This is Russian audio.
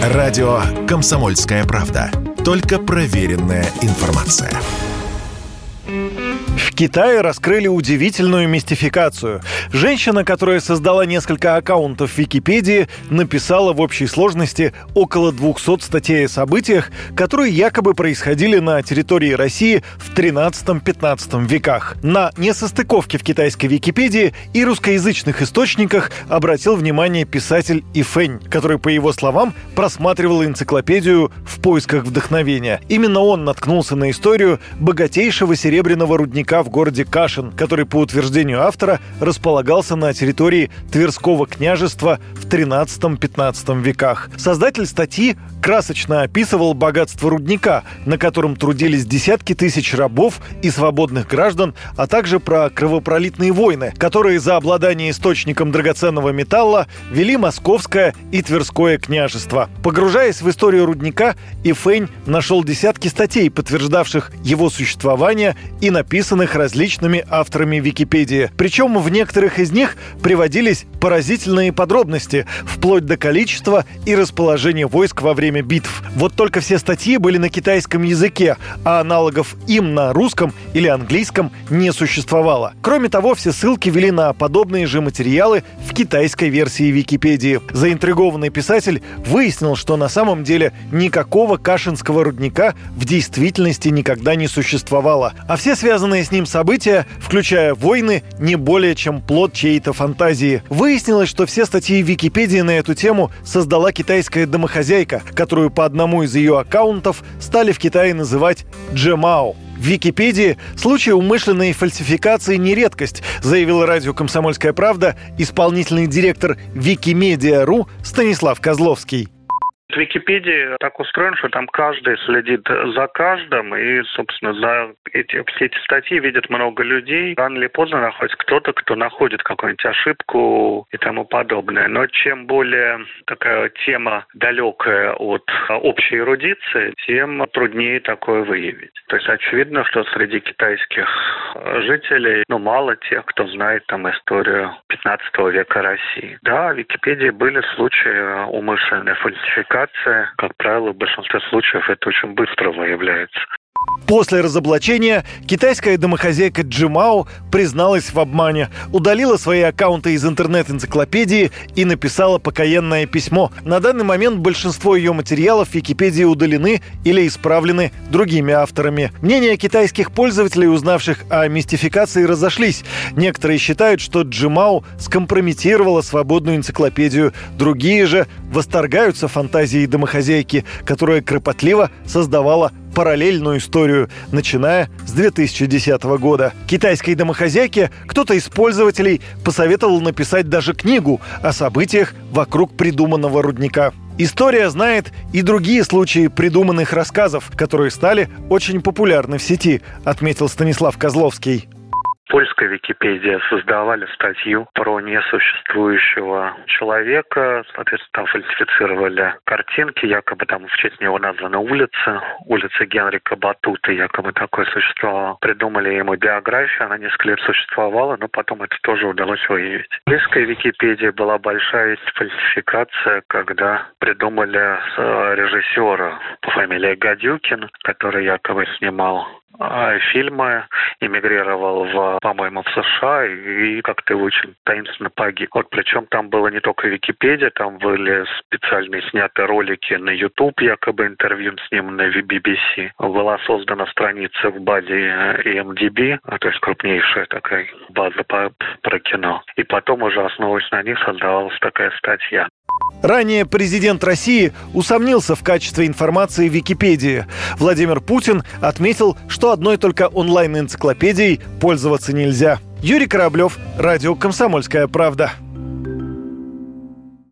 Радио «Комсомольская правда». Только проверенная информация. В Китае раскрыли удивительную мистификацию. Женщина, которая создала несколько аккаунтов в Википедии, написала в общей сложности около 200 статей о событиях, которые якобы происходили на территории России в 13-15 веках. На несостыковки в китайской Википедии и русскоязычных источниках обратил внимание писатель Ифэнь, который, по его словам, просматривал энциклопедию в поисках вдохновения. Именно он наткнулся на историю богатейшего серебряного рудника в городе Кашин, который, по утверждению автора, располагался на территории Тверского княжества в 13-15 веках. Создатель статьи красочно описывал богатство рудника, на котором трудились десятки тысяч рабов и свободных граждан, а также про кровопролитные войны, которые за обладание источником драгоценного металла вели Московское и Тверское княжество. Погружаясь в историю рудника, Ифэнь нашел десятки статей, подтверждавших его существование и написанных различными авторами Википедии. Причем в некоторых из них приводились поразительные подробности, вплоть до количества и расположения войск во время битв. Вот только все статьи были на китайском языке, а аналогов им на русском или английском не существовало. Кроме того, все ссылки вели на подобные же материалы в китайской версии Википедии. Заинтригованный писатель выяснил, что на самом деле никакого кашинского рудника в действительности никогда не существовало, а все связанные с ним события, включая войны, не более чем плод чьей-то фантазии. Выяснилось, что все статьи в Википедии на эту тему создала китайская домохозяйка, которую по одному из ее аккаунтов стали в Китае называть Джемао. В Википедии случаи умышленной фальсификации не редкость, заявил радио «Комсомольская правда» исполнительный директор Викимедиа.ру Станислав Козловский. Википедия так устроена, что там каждый следит за каждым, и, собственно, все эти статьи видят много людей. Рано или поздно находится кто-то, кто находит какую-нибудь ошибку и тому подобное. Но чем более такая тема далекая от общей эрудиции, тем труднее такое выявить. То есть очевидно, что среди китайских жителей, мало тех, кто знает там историю 15 века России. Да, в Википедии были случаи умышленной фальсификации. Как правило, в большинстве случаев это очень быстро выявляется. После разоблачения китайская домохозяйка Джемао призналась в обмане, удалила свои аккаунты из интернет-энциклопедии и написала покаянное письмо. На данный момент большинство ее материалов в Википедии удалены или исправлены другими авторами. Мнения китайских пользователей, узнавших о мистификации, разошлись. Некоторые считают, что Джемао скомпрометировала свободную энциклопедию. Другие же восторгаются фантазией домохозяйки, которая кропотливо создавала параллельную историю, начиная с 2010 года. Китайской домохозяйке кто-то из пользователей посоветовал написать даже книгу о событиях вокруг придуманного рудника. История знает и другие случаи придуманных рассказов, которые стали очень популярны в сети, отметил Станислав Козловский. Польская Википедия создавали статью про несуществующего человека, соответственно, там фальсифицировали картинки, якобы там в честь него названа улица Генрика Батута, якобы такое существовало. Придумали ему биографию, она несколько лет существовала, но потом это тоже удалось выявить. В польской Википедии была большая фальсификация, когда придумали режиссера по фамилии Гадюкин, который якобы снимал фильмы, эмигрировал по-моему, в США и как-то очень таинственно погиб. Причем там было не только Википедия, там были специальные снятые ролики на YouTube, якобы интервью с ним на BBC. Была создана страница в базе IMDb, то есть крупнейшая такая база про кино. И потом уже, основываясь на них, создавалась такая статья. Ранее президент России усомнился в качестве информации в Википедии. Владимир Путин отметил, что одной только онлайн-энциклопедией пользоваться нельзя. Юрий Кораблев, радио «Комсомольская правда».